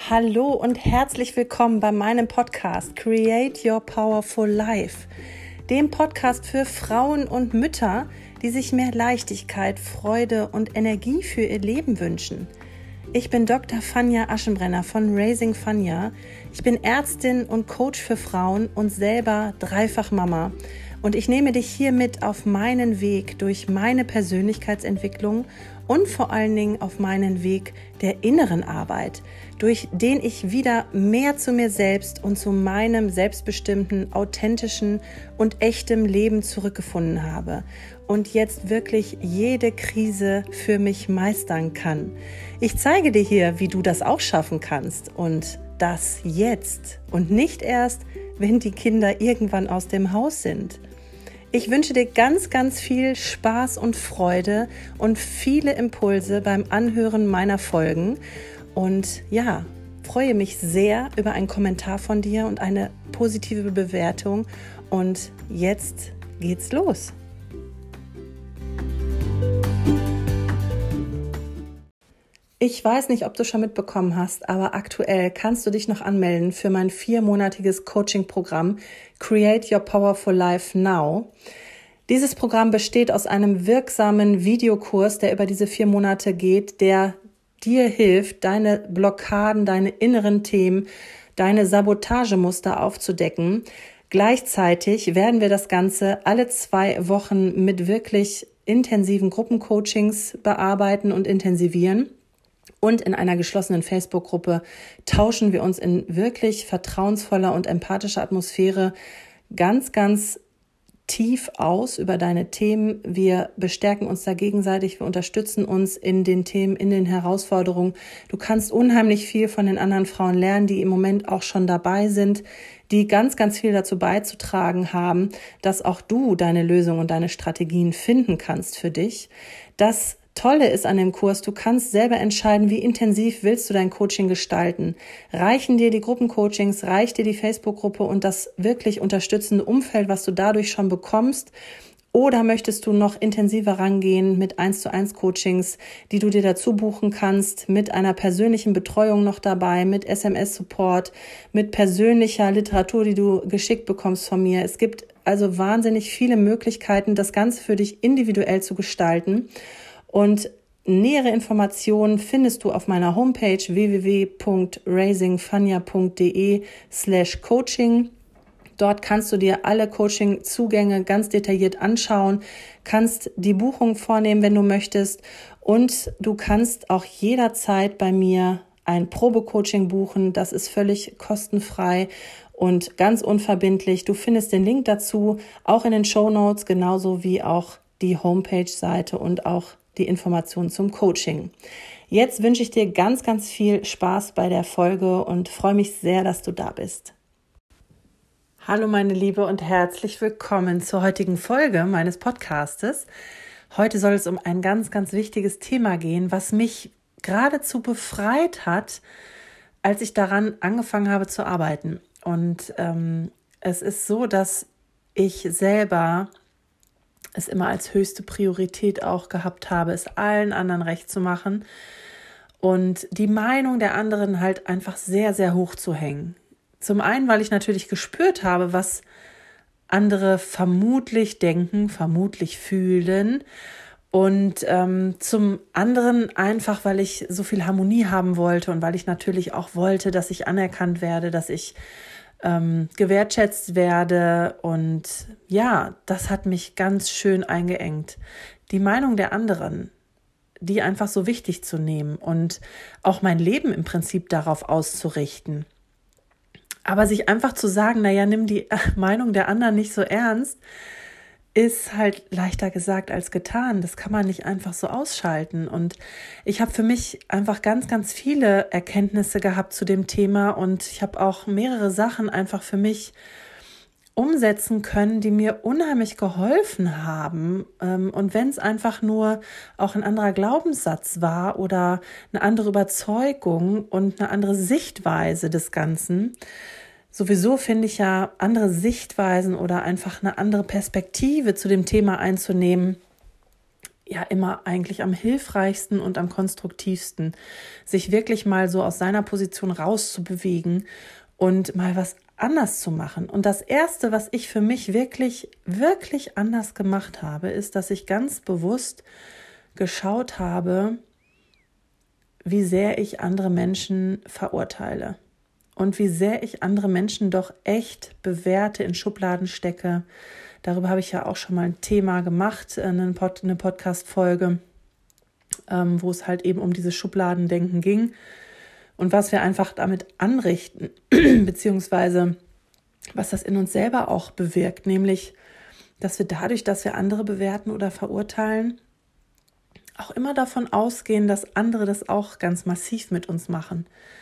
Hallo und herzlich willkommen bei meinem Podcast Create Your Powerful Life, dem Podcast für Frauen und Mütter, die sich mehr Leichtigkeit, Freude und Energie für ihr Leben wünschen. Ich bin Dr. Fania Aschenbrenner von Raising Fania. Ich bin Ärztin und Coach für Frauen und selber dreifach Mama. Und ich nehme dich hier mit auf meinen Weg durch meine Persönlichkeitsentwicklung und vor allen Dingen auf meinen Weg der inneren Arbeit, durch den ich wieder mehr zu mir selbst und zu meinem selbstbestimmten, authentischen und echtem Leben zurückgefunden habe und jetzt wirklich jede Krise für mich meistern kann. Ich zeige dir hier, wie du das auch schaffen kannst und das jetzt und nicht erst, wenn die Kinder irgendwann aus dem Haus sind. Ich wünsche dir ganz, ganz viel Spaß und Freude und viele Impulse beim Anhören meiner Folgen. Und ja, freue mich sehr über einen Kommentar von dir und eine positive Bewertung. Und jetzt geht's los. Ich weiß nicht, ob du schon mitbekommen hast, aber aktuell kannst du dich noch anmelden für mein 4-monatiges Coaching-Programm Create Your Powerful Life Now. Dieses Programm besteht aus einem wirksamen Videokurs, der über diese 4 Monate geht, der dir hilft, deine Blockaden, deine inneren Themen, deine Sabotagemuster aufzudecken. Gleichzeitig werden wir das Ganze alle 2 Wochen mit wirklich intensiven Gruppencoachings bearbeiten und intensivieren. Und in einer geschlossenen Facebook-Gruppe tauschen wir uns in wirklich vertrauensvoller und empathischer Atmosphäre ganz, ganz tief aus über deine Themen. Wir bestärken uns da gegenseitig, wir unterstützen uns in den Themen, in den Herausforderungen. Du kannst unheimlich viel von den anderen Frauen lernen, die im Moment auch schon dabei sind, die ganz, ganz viel dazu beizutragen haben, dass auch du deine Lösungen und deine Strategien finden kannst für dich. Das Tolle ist an dem Kurs, du kannst selber entscheiden, wie intensiv willst du dein Coaching gestalten. Reichen dir die Gruppencoachings, reicht dir die Facebook-Gruppe und das wirklich unterstützende Umfeld, was du dadurch schon bekommst? Oder möchtest du noch intensiver rangehen mit 1:1 Coachings, die du dir dazu buchen kannst, mit einer persönlichen Betreuung noch dabei, mit SMS-Support, mit persönlicher Literatur, die du geschickt bekommst von mir. Es gibt also wahnsinnig viele Möglichkeiten, das Ganze für dich individuell zu gestalten. Und nähere Informationen findest du auf meiner Homepage www.raisingfania.de/coaching. Dort kannst du dir alle Coaching-Zugänge ganz detailliert anschauen, kannst die Buchung vornehmen, wenn du möchtest. Und du kannst auch jederzeit bei mir ein Probecoaching buchen. Das ist völlig kostenfrei und ganz unverbindlich. Du findest den Link dazu auch in den Shownotes, genauso wie auch die Homepage-Seite und auch die Informationen zum Coaching. Jetzt wünsche ich dir ganz, ganz viel Spaß bei der Folge und freue mich sehr, dass du da bist. Hallo meine Liebe und herzlich willkommen zur heutigen Folge meines Podcastes. Heute soll es um ein ganz, ganz wichtiges Thema gehen, was mich geradezu befreit hat, als ich daran angefangen habe zu arbeiten. Und es ist so, dass ich selber es immer als höchste Priorität auch gehabt habe, es allen anderen recht zu machen und die Meinung der anderen halt einfach sehr, sehr hoch zu hängen. Zum einen, weil ich natürlich gespürt habe, was andere vermutlich denken, vermutlich fühlen und zum anderen einfach, weil ich so viel Harmonie haben wollte und weil ich natürlich auch wollte, dass ich anerkannt werde, dass ich gewertschätzt werde und ja, das hat mich ganz schön eingeengt. Die Meinung der anderen, die einfach so wichtig zu nehmen und auch mein Leben im Prinzip darauf auszurichten. Aber sich einfach zu sagen, naja, nimm die Meinung der anderen nicht so ernst, ist halt leichter gesagt als getan. Das kann man nicht einfach so ausschalten. Und ich habe für mich einfach ganz, ganz viele Erkenntnisse gehabt zu dem Thema und ich habe auch mehrere Sachen einfach für mich umsetzen können, die mir unheimlich geholfen haben. Und wenn es einfach nur auch ein anderer Glaubenssatz war oder eine andere Überzeugung und eine andere Sichtweise des Ganzen. Sowieso finde ich ja, andere Sichtweisen oder einfach eine andere Perspektive zu dem Thema einzunehmen, ja immer eigentlich am hilfreichsten und am konstruktivsten, sich wirklich mal so aus seiner Position rauszubewegen und mal was anders zu machen. Und das Erste, was ich für mich wirklich, wirklich anders gemacht habe, ist, dass ich ganz bewusst geschaut habe, wie sehr ich andere Menschen verurteile und wie sehr ich andere Menschen doch echt bewerte, in Schubladen stecke. Darüber habe ich ja auch schon mal ein Thema gemacht, eine Podcast-Folge, wo es halt eben um dieses Schubladendenken ging und was wir einfach damit anrichten, beziehungsweise was das in uns selber auch bewirkt, nämlich, dass wir dadurch, dass wir andere bewerten oder verurteilen, auch immer davon ausgehen, dass andere das auch ganz massiv mit uns machen.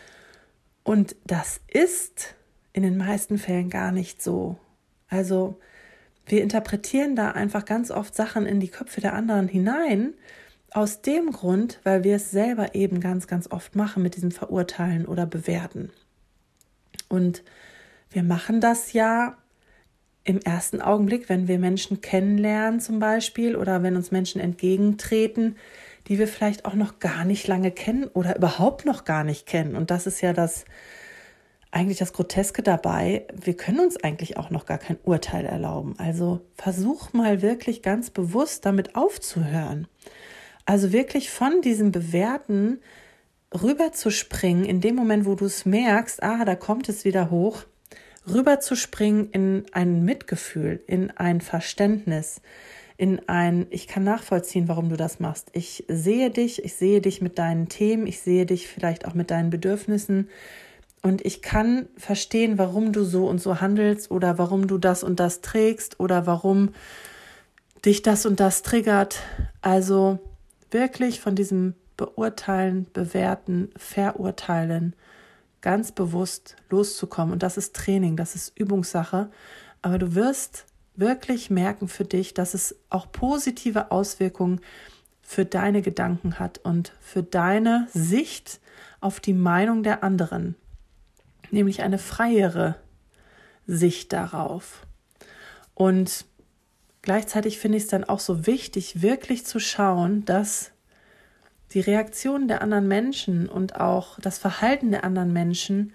Und das ist in den meisten Fällen gar nicht so. Also wir interpretieren da einfach ganz oft Sachen in die Köpfe der anderen hinein, aus dem Grund, weil wir es selber eben ganz, ganz oft machen mit diesem Verurteilen oder Bewerten. Und wir machen das ja im ersten Augenblick, wenn wir Menschen kennenlernen zum Beispiel oder wenn uns Menschen entgegentreten, die wir vielleicht auch noch gar nicht lange kennen oder überhaupt noch gar nicht kennen. Und das ist ja eigentlich das Groteske dabei. Wir können uns eigentlich auch noch gar kein Urteil erlauben. Also versuch mal wirklich ganz bewusst damit aufzuhören. Also wirklich von diesem Bewerten rüber zu springen, in dem Moment, wo du es merkst, da kommt es wieder hoch, rüber zu springen in ein Mitgefühl, in ein Verständnis, ich kann nachvollziehen, warum du das machst. Ich sehe dich mit deinen Themen, ich sehe dich vielleicht auch mit deinen Bedürfnissen und ich kann verstehen, warum du so und so handelst oder warum du das und das trägst oder warum dich das und das triggert. Also wirklich von diesem Beurteilen, Bewerten, Verurteilen ganz bewusst loszukommen. Und das ist Training, das ist Übungssache. Aber du wirst wirklich merken für dich, dass es auch positive Auswirkungen für deine Gedanken hat und für deine Sicht auf die Meinung der anderen. Nämlich eine freiere Sicht darauf. Und gleichzeitig finde ich es dann auch so wichtig, wirklich zu schauen, dass die Reaktionen der anderen Menschen und auch das Verhalten der anderen Menschen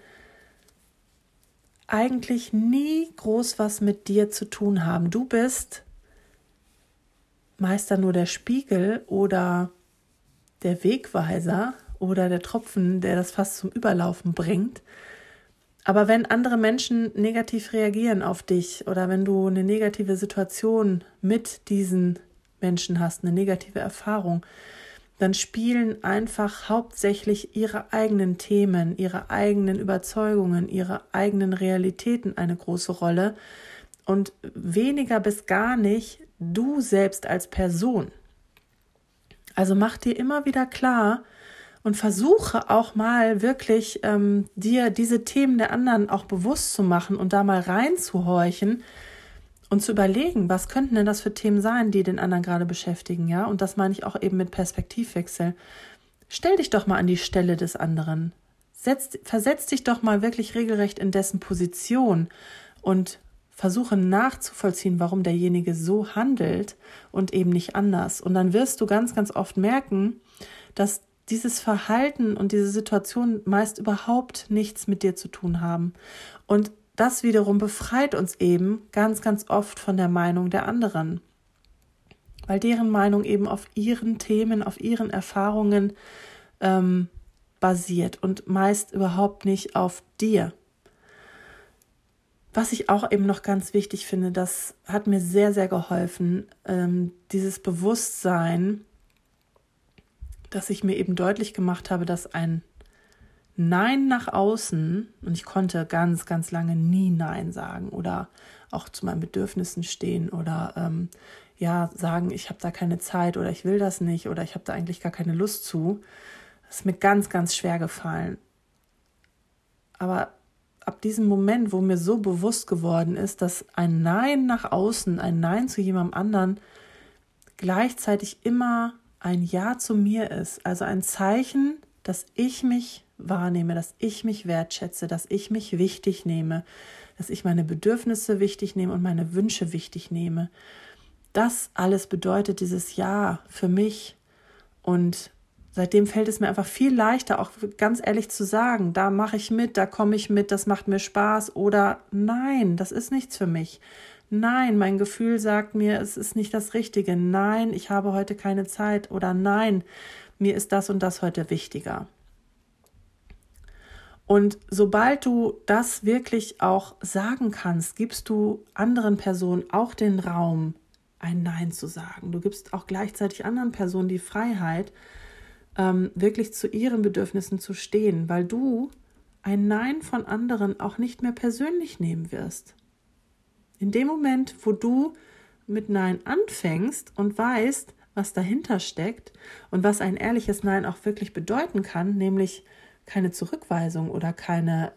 eigentlich nie groß was mit dir zu tun haben. Du bist meist dann nur der Spiegel oder der Wegweiser oder der Tropfen, der das Fass zum Überlaufen bringt. Aber wenn andere Menschen negativ reagieren auf dich oder wenn du eine negative Situation mit diesen Menschen hast, eine negative Erfahrung, dann spielen einfach hauptsächlich ihre eigenen Themen, ihre eigenen Überzeugungen, ihre eigenen Realitäten eine große Rolle und weniger bis gar nicht du selbst als Person. Also mach dir immer wieder klar und versuche auch mal wirklich dir diese Themen der anderen auch bewusst zu machen und da mal reinzuhorchen und zu überlegen, was könnten denn das für Themen sein, die den anderen gerade beschäftigen, ja? Und das meine ich auch eben mit Perspektivwechsel. Stell dich doch mal an die Stelle des anderen. Versetz dich doch mal wirklich regelrecht in dessen Position und versuche nachzuvollziehen, warum derjenige so handelt und eben nicht anders. Und dann wirst du ganz, ganz oft merken, dass dieses Verhalten und diese Situation meist überhaupt nichts mit dir zu tun haben. Und das wiederum befreit uns eben ganz, ganz oft von der Meinung der anderen, weil deren Meinung eben auf ihren Themen, auf ihren Erfahrungen basiert und meist überhaupt nicht auf dir. Was ich auch eben noch ganz wichtig finde, das hat mir sehr, sehr geholfen, dieses Bewusstsein, dass ich mir eben deutlich gemacht habe, dass ein Nein nach außen, und ich konnte ganz, ganz lange nie Nein sagen oder auch zu meinen Bedürfnissen stehen oder sagen, ich habe da keine Zeit oder ich will das nicht oder ich habe da eigentlich gar keine Lust zu. Das ist mir ganz, ganz schwer gefallen. Aber ab diesem Moment, wo mir so bewusst geworden ist, dass ein Nein nach außen, ein Nein zu jemandem anderen gleichzeitig immer ein Ja zu mir ist, also ein Zeichen, dass ich mich wahrnehme, dass ich mich wertschätze, dass ich mich wichtig nehme, dass ich meine Bedürfnisse wichtig nehme und meine Wünsche wichtig nehme. Das alles bedeutet dieses Ja für mich. Und seitdem fällt es mir einfach viel leichter, auch ganz ehrlich zu sagen, da mache ich mit, da komme ich mit, das macht mir Spaß oder nein, das ist nichts für mich. Nein, mein Gefühl sagt mir, es ist nicht das Richtige. Nein, ich habe heute keine Zeit oder nein, mir ist das und das heute wichtiger. Und sobald du das wirklich auch sagen kannst, gibst du anderen Personen auch den Raum, ein Nein zu sagen. Du gibst auch gleichzeitig anderen Personen die Freiheit, wirklich zu ihren Bedürfnissen zu stehen, weil du ein Nein von anderen auch nicht mehr persönlich nehmen wirst. In dem Moment, wo du mit Nein anfängst und weißt, was dahinter steckt und was ein ehrliches Nein auch wirklich bedeuten kann, nämlich keine Zurückweisung oder keine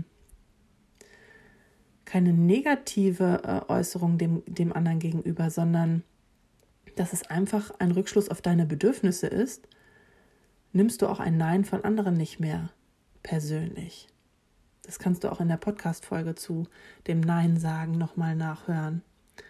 negative Äußerung dem anderen gegenüber, sondern dass es einfach ein Rückschluss auf deine Bedürfnisse ist, nimmst du auch ein Nein von anderen nicht mehr persönlich. Das kannst du auch in der Podcast-Folge zu dem Nein sagen nochmal nachhören.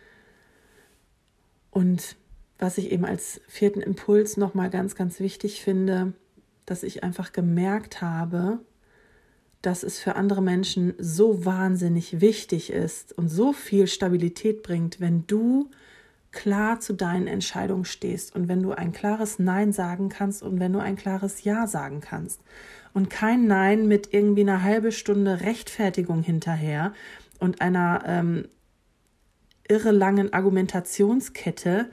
Und was ich eben als 4. Impuls nochmal ganz, ganz wichtig finde, dass ich einfach gemerkt habe, dass es für andere Menschen so wahnsinnig wichtig ist und so viel Stabilität bringt, wenn du klar zu deinen Entscheidungen stehst und wenn du ein klares Nein sagen kannst und wenn du ein klares Ja sagen kannst. Und kein Nein mit irgendwie einer halben Stunde Rechtfertigung hinterher und einer irre langen Argumentationskette.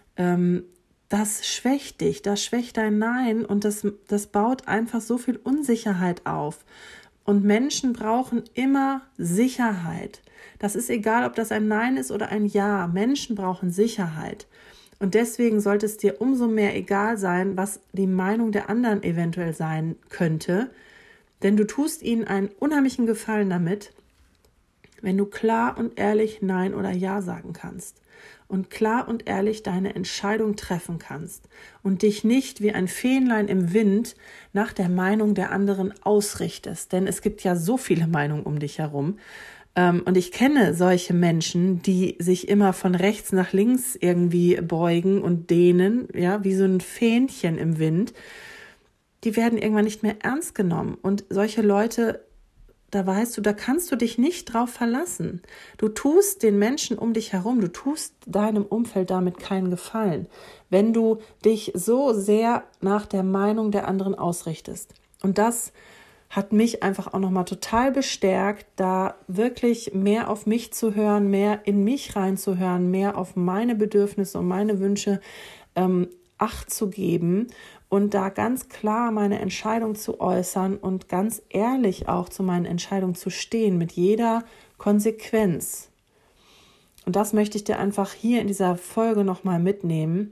Das schwächt dich, das schwächt dein Nein und das baut einfach so viel Unsicherheit auf. Und Menschen brauchen immer Sicherheit. Das ist egal, ob das ein Nein ist oder ein Ja. Menschen brauchen Sicherheit. Und deswegen sollte es dir umso mehr egal sein, was die Meinung der anderen eventuell sein könnte. Denn du tust ihnen einen unheimlichen Gefallen damit, wenn du klar und ehrlich Nein oder Ja sagen kannst. Und klar und ehrlich deine Entscheidung treffen kannst und dich nicht wie ein Fähnlein im Wind nach der Meinung der anderen ausrichtest. Denn es gibt ja so viele Meinungen um dich herum. Und ich kenne solche Menschen, die sich immer von rechts nach links irgendwie beugen und dehnen, ja, wie so ein Fähnchen im Wind. Die werden irgendwann nicht mehr ernst genommen. Und solche Leute, da weißt du, da kannst du dich nicht drauf verlassen. Du tust den Menschen um dich herum, du tust deinem Umfeld damit keinen Gefallen, wenn du dich so sehr nach der Meinung der anderen ausrichtest. Und das hat mich einfach auch nochmal total bestärkt, da wirklich mehr auf mich zu hören, mehr in mich reinzuhören, mehr auf meine Bedürfnisse und meine Wünsche Acht zu geben und da ganz klar meine Entscheidung zu äußern und ganz ehrlich auch zu meinen Entscheidungen zu stehen, mit jeder Konsequenz. Und das möchte ich dir einfach hier in dieser Folge nochmal mitgeben.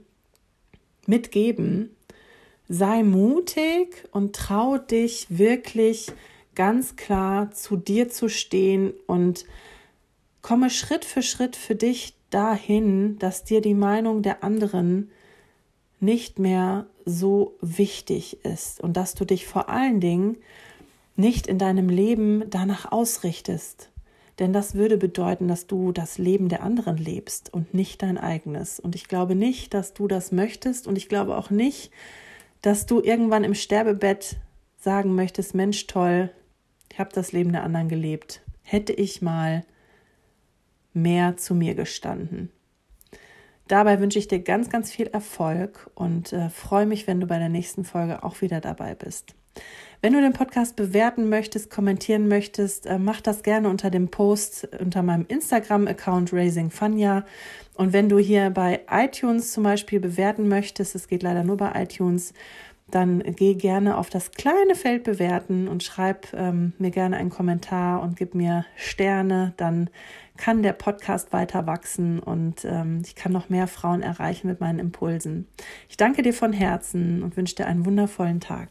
Sei mutig und trau dich wirklich ganz klar zu dir zu stehen und komme Schritt für dich dahin, dass dir die Meinung der anderen nicht mehr so wichtig ist und dass du dich vor allen Dingen nicht in deinem Leben danach ausrichtest. Denn das würde bedeuten, dass du das Leben der anderen lebst und nicht dein eigenes. Und ich glaube nicht, dass du das möchtest und ich glaube auch nicht, dass du irgendwann im Sterbebett sagen möchtest, Mensch, toll, ich habe das Leben der anderen gelebt. Hätte ich mal mehr zu mir gestanden. Dabei wünsche ich dir ganz, ganz viel Erfolg und freue mich, wenn du bei der nächsten Folge auch wieder dabei bist. Wenn du den Podcast bewerten möchtest, kommentieren möchtest, mach das gerne unter dem Post unter meinem Instagram-Account RaisingFanya. Und wenn du hier bei iTunes zum Beispiel bewerten möchtest, es geht leider nur bei iTunes, dann geh gerne auf das kleine Feld bewerten und schreib mir gerne einen Kommentar und gib mir Sterne. Dann kann der Podcast weiter wachsen und ich kann noch mehr Frauen erreichen mit meinen Impulsen. Ich danke dir von Herzen und wünsche dir einen wundervollen Tag.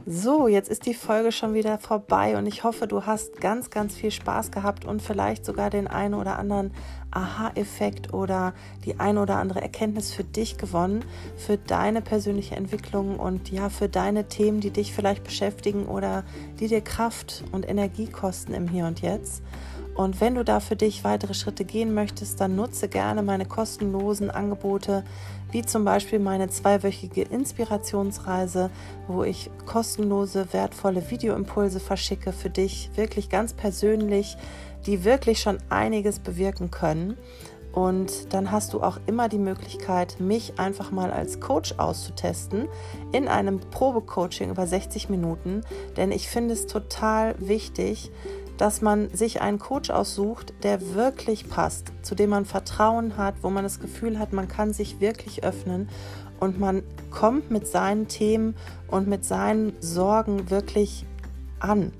So, jetzt ist die Folge schon wieder vorbei und ich hoffe, du hast ganz, ganz viel Spaß gehabt und vielleicht sogar den einen oder anderen Aha-Effekt oder die eine oder andere Erkenntnis für dich gewonnen, für deine persönliche Entwicklung und ja, für deine Themen, die dich vielleicht beschäftigen oder die dir Kraft und Energie kosten im Hier und Jetzt. Und wenn du da für dich weitere Schritte gehen möchtest, dann nutze gerne meine kostenlosen Angebote, wie zum Beispiel meine 2-wöchige Inspirationsreise, wo ich kostenlose, wertvolle Videoimpulse verschicke für dich, wirklich ganz persönlich, die wirklich schon einiges bewirken können. Und dann hast du auch immer die Möglichkeit, mich einfach mal als Coach auszutesten in einem Probecoaching über 60 Minuten, denn ich finde es total wichtig, dass man sich einen Coach aussucht, der wirklich passt, zu dem man Vertrauen hat, wo man das Gefühl hat, man kann sich wirklich öffnen und man kommt mit seinen Themen und mit seinen Sorgen wirklich an.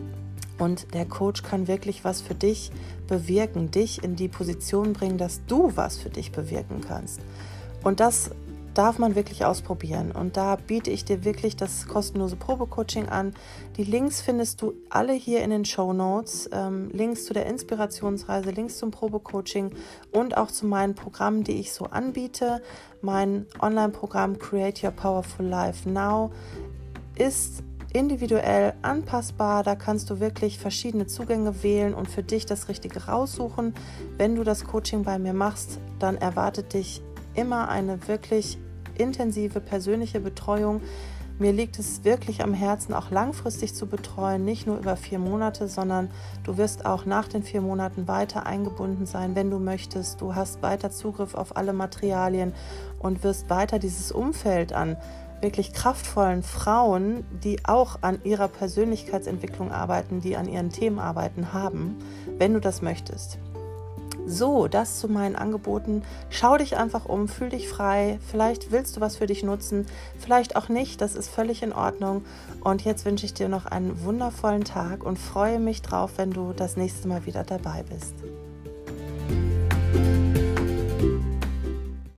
Und der Coach kann wirklich was für dich bewirken, dich in die Position bringen, dass du was für dich bewirken kannst. Und das darf man wirklich ausprobieren. Und da biete ich dir wirklich das kostenlose Probecoaching an. Die Links findest du alle hier in den Shownotes. Links zu der Inspirationsreise, Links zum Probecoaching und auch zu meinen Programmen, die ich so anbiete. Mein Online-Programm Create Your Powerful Life Now ist individuell anpassbar. Da kannst du wirklich verschiedene Zugänge wählen und für dich das Richtige raussuchen. Wenn du das Coaching bei mir machst, dann erwartet dich immer eine wirklich intensive persönliche Betreuung. Mir liegt es wirklich am Herzen, auch langfristig zu betreuen, nicht nur über 4 Monate, sondern du wirst auch nach den 4 Monaten weiter eingebunden sein, wenn du möchtest. Du hast weiter Zugriff auf alle Materialien und wirst weiter dieses Umfeld an wirklich kraftvollen Frauen, die auch an ihrer Persönlichkeitsentwicklung arbeiten, die an ihren Themen arbeiten, haben, wenn du das möchtest. So, das zu meinen Angeboten. Schau dich einfach um, fühl dich frei. Vielleicht willst du was für dich nutzen, vielleicht auch nicht. Das ist völlig in Ordnung. Und jetzt wünsche ich dir noch einen wundervollen Tag und freue mich drauf, wenn du das nächste Mal wieder dabei bist.